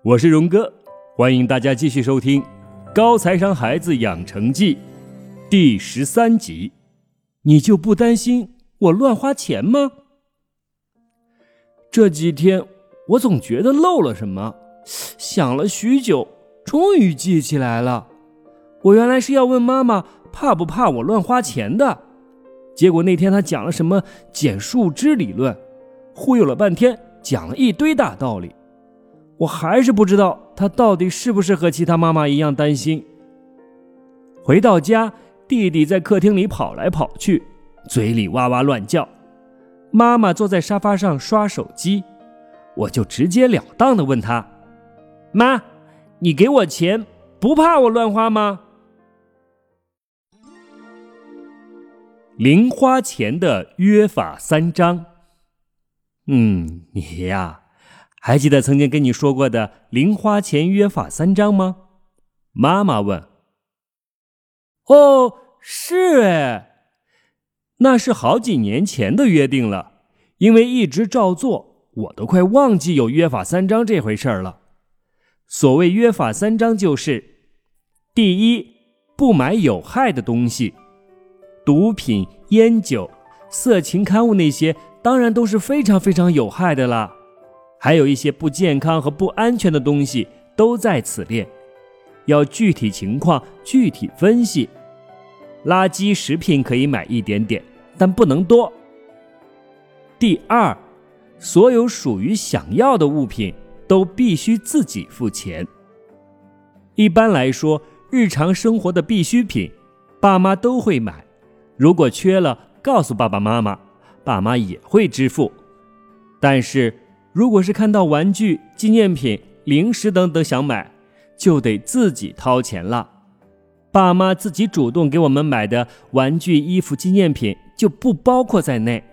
我是荣哥，欢迎大家继续收听《高财商孩子养成记》第13集。你就不担心我乱花钱吗？这几天我总觉得漏了什么，想了许久，终于记起来了。我原来是要问妈妈怕不怕我乱花钱的，结果那天她讲了什么捡树枝理论，忽悠了半天，讲了一堆大道理。我还是不知道他到底是不是和其他妈妈一样担心。回到家，弟弟在客厅里跑来跑去，嘴里哇哇乱叫。妈妈坐在沙发上刷手机，我就直截了当地问他：妈，你给我钱，不怕我乱花吗？零花钱的约法三章。你呀，还记得曾经跟你说过的零花钱约法三章吗？妈妈问。哦，是诶，那是好几年前的约定了，因为一直照做，我都快忘记有约法三章这回事了。所谓约法三章就是：第一，不买有害的东西，毒品、烟酒、色情刊物那些当然都是非常非常有害的啦。还有一些不健康和不安全的东西都在此列，要具体情况具体分析。垃圾食品可以买一点点，但不能多。第二，所有属于想要的物品都必须自己付钱。一般来说，日常生活的必需品，爸妈都会买，如果缺了，告诉爸爸妈妈，爸妈也会支付。但是如果是看到玩具、纪念品、零食等等想买，就得自己掏钱了。爸妈自己主动给我们买的玩具、衣服、纪念品就不包括在内。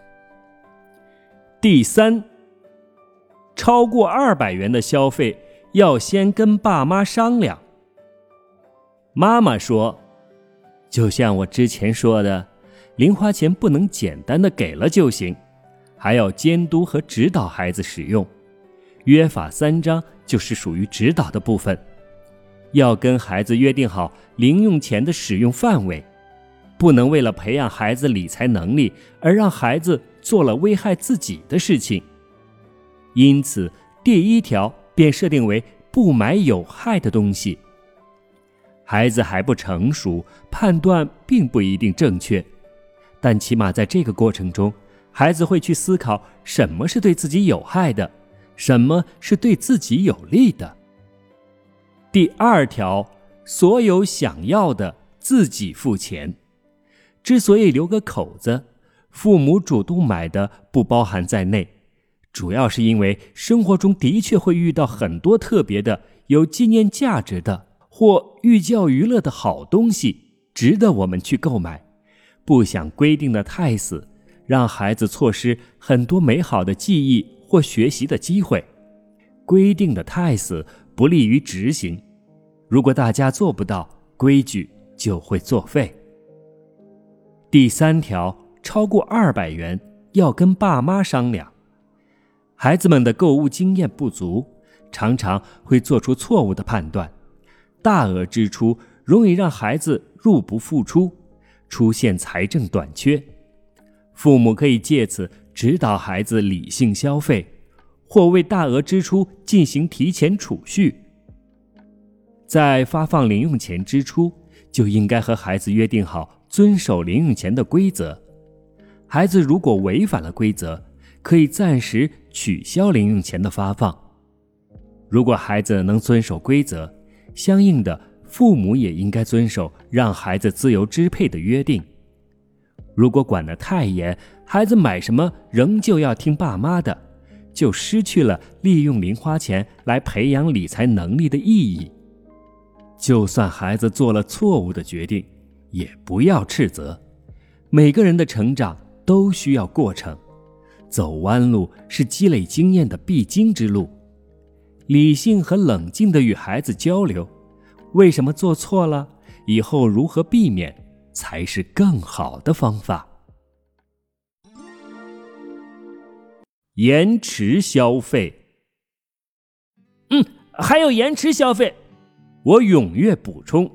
第三，超过200元的消费要先跟爸妈商量。妈妈说，就像我之前说的，零花钱不能简单的给了就行，还要监督和指导孩子使用。约法三章就是属于指导的部分，要跟孩子约定好零用钱的使用范围，不能为了培养孩子理财能力而让孩子做了危害自己的事情。因此，第一条便设定为不买有害的东西。孩子还不成熟，判断并不一定正确，但起码在这个过程中，孩子会去思考什么是对自己有害的，什么是对自己有利的。第二条，所有想要的自己付钱。之所以留个口子，父母主动买的不包含在内，主要是因为生活中的确会遇到很多特别的、有纪念价值的或寓教于乐的好东西，值得我们去购买，不想规定的太死，让孩子错失很多美好的记忆或学习的机会。规定的太死，不利于执行。如果大家做不到，规矩就会作废。第三条，超过200元要跟爸妈商量。孩子们的购物经验不足，常常会做出错误的判断，大额支出容易让孩子入不敷出，出现财政短缺。父母可以借此指导孩子理性消费，或为大额支出进行提前储蓄。在发放零用钱之初，就应该和孩子约定好遵守零用钱的规则。孩子如果违反了规则，可以暂时取消零用钱的发放。如果孩子能遵守规则，相应的，父母也应该遵守让孩子自由支配的约定。如果管得太严，孩子买什么仍旧要听爸妈的，就失去了利用零花钱来培养理财能力的意义。就算孩子做了错误的决定，也不要斥责。每个人的成长都需要过程，走弯路是积累经验的必经之路。理性和冷静地与孩子交流，为什么做错了，以后如何避免，才是更好的方法。延迟消费。 还有延迟消费，我踊跃补充。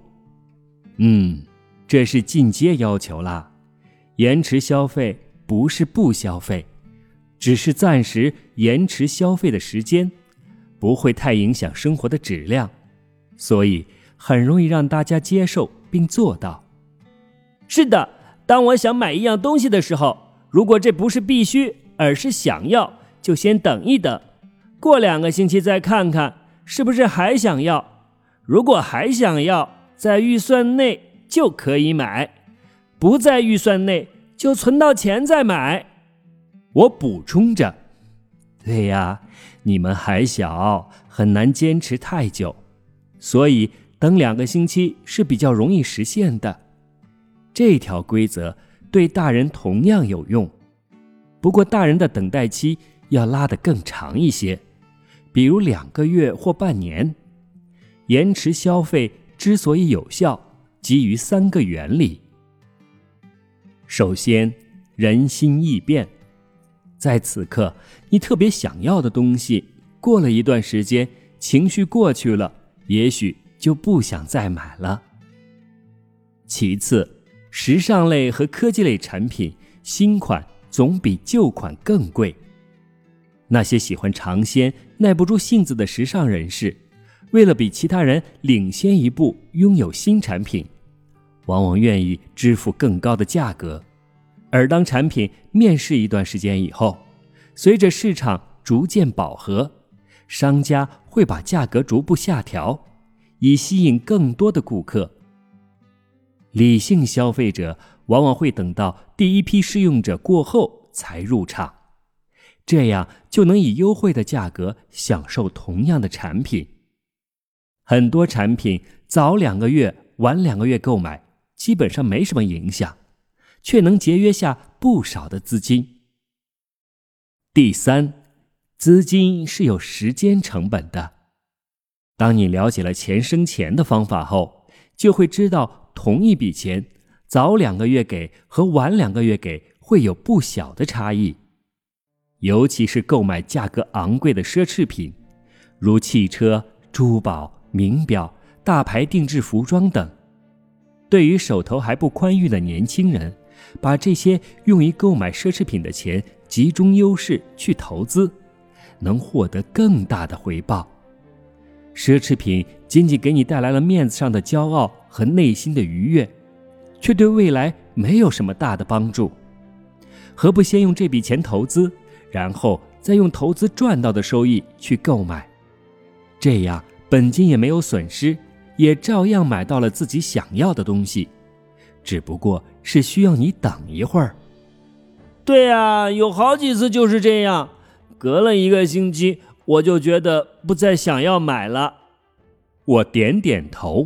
这是进阶要求啦。延迟消费不是不消费，只是暂时延迟消费的时间，不会太影响生活的质量，所以很容易让大家接受并做到。是的，当我想买一样东西的时候，如果这不是必须，而是想要，就先等一等，过2个星期再看看是不是还想要。如果还想要，在预算内就可以买，不在预算内就存到钱再买。我补充着。对呀，你们还小，很难坚持太久，所以等2个星期是比较容易实现的。这条规则对大人同样有用，不过大人的等待期要拉得更长一些，比如2个月或半年。延迟消费之所以有效，基于3个原理。首先，人心易变，在此刻你特别想要的东西，过了一段时间，情绪过去了，也许就不想再买了。其次，时尚类和科技类产品，新款总比旧款更贵。那些喜欢尝鲜、耐不住性子的时尚人士，为了比其他人领先一步拥有新产品，往往愿意支付更高的价格。而当产品面世一段时间以后，随着市场逐渐饱和，商家会把价格逐步下调，以吸引更多的顾客。理性消费者往往会等到第一批试用者过后才入场，这样就能以优惠的价格享受同样的产品。很多产品早2个月、晚2个月购买，基本上没什么影响，却能节约下不少的资金。第三，资金是有时间成本的。当你了解了钱生钱的方法后，就会知道同一笔钱，早2个月给和晚2个月给会有不小的差异。尤其是购买价格昂贵的奢侈品，如汽车、珠宝、名表、大牌定制服装等。对于手头还不宽裕的年轻人，把这些用于购买奢侈品的钱集中优势去投资，能获得更大的回报。奢侈品仅仅给你带来了面子上的骄傲和内心的愉悦，却对未来没有什么大的帮助。何不先用这笔钱投资，然后再用投资赚到的收益去购买？这样本金也没有损失，也照样买到了自己想要的东西，只不过是需要你等一会儿。对啊，有好几次就是这样，隔了1个星期，我就觉得不再想要买了。我点点头。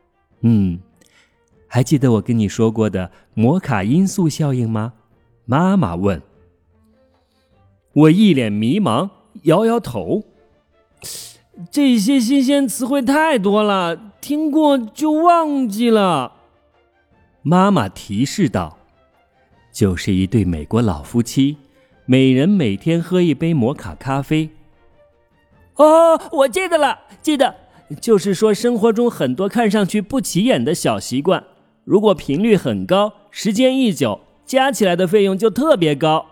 还记得我跟你说过的摩卡因素效应吗？妈妈问。我一脸迷茫，摇摇头。这些新鲜词汇太多了，听过就忘记了。妈妈提示道，就是一对美国老夫妻，每人每天喝1杯摩卡咖啡。我记得了，就是说生活中很多看上去不起眼的小习惯，如果频率很高，时间一久，加起来的费用就特别高。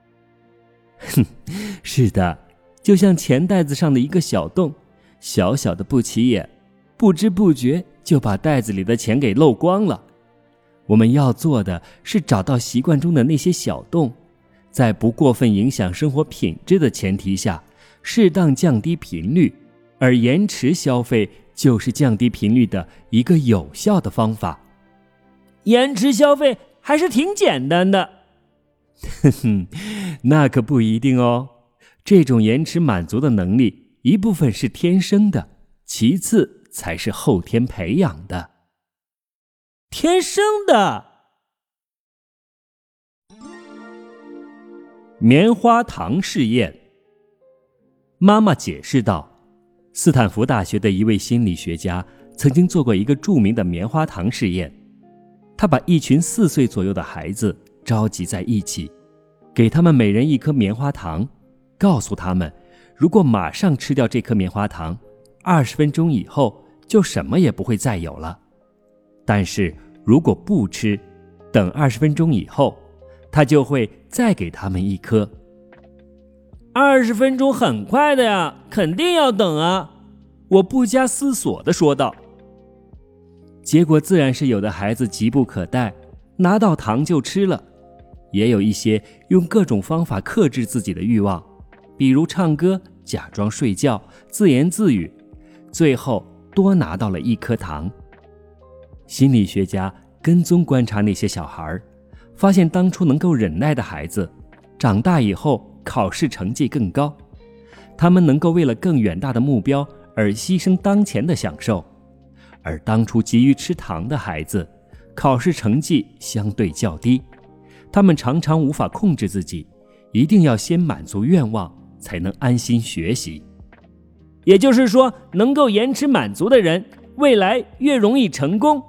是的，就像钱袋子上的一个小洞，小小的不起眼，不知不觉就把袋子里的钱给漏光了。我们要做的是找到习惯中的那些小洞，在不过分影响生活品质的前提下，适当降低频率，而延迟消费就是降低频率的一个有效的方法。延迟消费还是挺简单的。那可不一定哦。这种延迟满足的能力，一部分是天生的，其次才是后天培养的。天生的。棉花糖试验。妈妈解释道，斯坦福大学的一位心理学家曾经做过一个著名的棉花糖试验。他把一群4岁左右的孩子召集在一起，给他们每人1颗棉花糖，告诉他们，如果马上吃掉这颗棉花糖， 20分钟以后就什么也不会再有了。但是如果不吃，等20分钟以后，他就会再给他们一颗。20分钟很快的呀，肯定要等啊，我不加思索地说道。结果自然是有的孩子急不可待，拿到糖就吃了，也有一些用各种方法克制自己的欲望，比如唱歌、假装睡觉、自言自语，最后多拿到了1颗糖。心理学家跟踪观察那些小孩，发现当初能够忍耐的孩子，长大以后考试成绩更高，他们能够为了更远大的目标而牺牲当前的享受，而当初急于吃糖的孩子，考试成绩相对较低，他们常常无法控制自己，一定要先满足愿望才能安心学习。也就是说，能够延迟满足的人，未来越容易成功。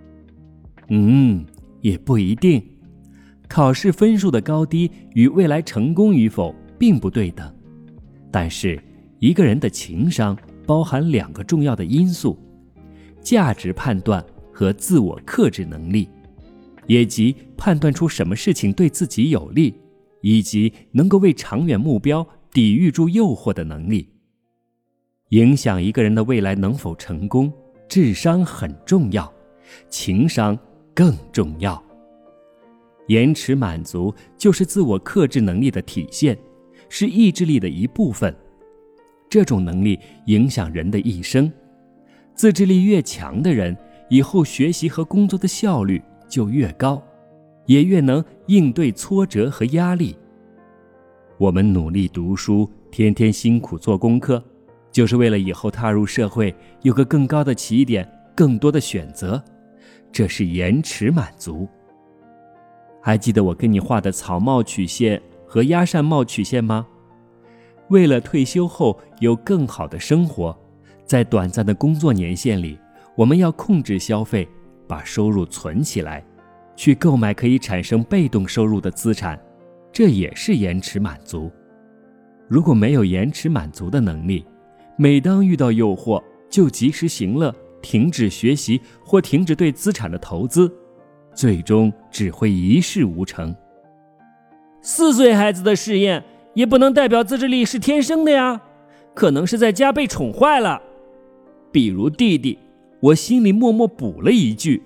也不一定。考试分数的高低与未来成功与否并不对等，但是一个人的情商包含2个重要的因素：价值判断和自我克制能力，也即判断出什么事情对自己有利，以及能够为长远目标抵御住诱惑的能力。影响一个人的未来能否成功，智商很重要，情商更重要。延迟满足就是自我克制能力的体现，是意志力的一部分。这种能力影响人的一生。自制力越强的人，以后学习和工作的效率就越高，也越能应对挫折和压力。我们努力读书，天天辛苦做功课，就是为了以后踏入社会有个更高的起点，更多的选择。这是延迟满足。还记得我跟你画的草帽曲线和鸭扇帽曲线吗？为了退休后有更好的生活，在短暂的工作年限里，我们要控制消费，把收入存起来，去购买可以产生被动收入的资产，这也是延迟满足。如果没有延迟满足的能力，每当遇到诱惑就及时行乐，停止学习或停止对资产的投资，最终只会一事无成。4岁孩子的试验也不能代表自制力是天生的呀，可能是在家被宠坏了。比如弟弟，我心里默默补了一句。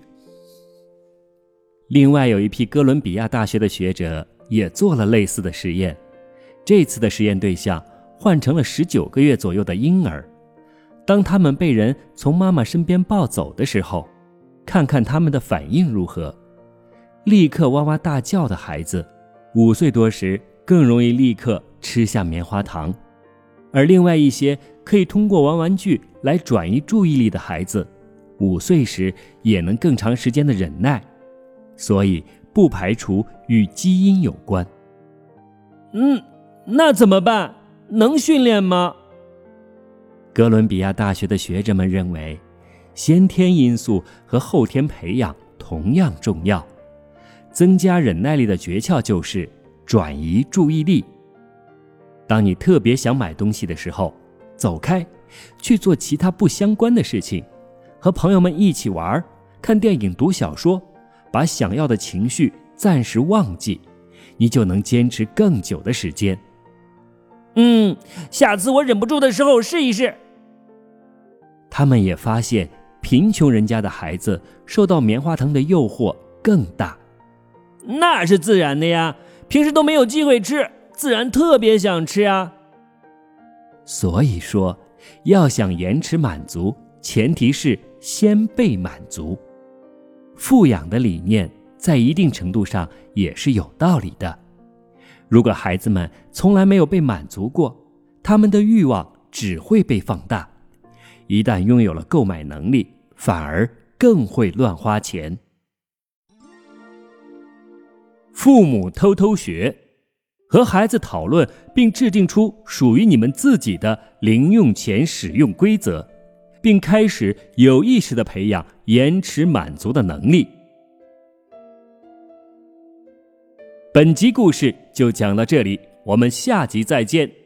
另外有一批哥伦比亚大学的学者也做了类似的实验，这次的实验对象换成了19个月左右的婴儿。当他们被人从妈妈身边抱走的时候，看看他们的反应如何。立刻哇哇大叫的孩子，5岁多时更容易立刻吃下棉花糖，而另外一些可以通过玩玩具来转移注意力的孩子，5岁时也能更长时间的忍耐，所以不排除与基因有关。那怎么办？能训练吗？哥伦比亚大学的学者们认为，先天因素和后天培养同样重要。增加忍耐力的诀窍就是转移注意力。当你特别想买东西的时候，走开，去做其他不相关的事情，和朋友们一起玩，看电影、读小说，把想要的情绪暂时忘记，你就能坚持更久的时间。下次我忍不住的时候试一试。他们也发现，贫穷人家的孩子受到棉花糖的诱惑更大。那是自然的呀，平时都没有机会吃，自然特别想吃啊。所以说，要想延迟满足，前提是先被满足。富养的理念在一定程度上也是有道理的。如果孩子们从来没有被满足过，他们的欲望只会被放大，一旦拥有了购买能力，反而更会乱花钱。父母偷偷学，和孩子讨论并制定出属于你们自己的零用钱使用规则，并开始有意识地培养延迟满足的能力。本集故事就讲到这里，我们下集再见。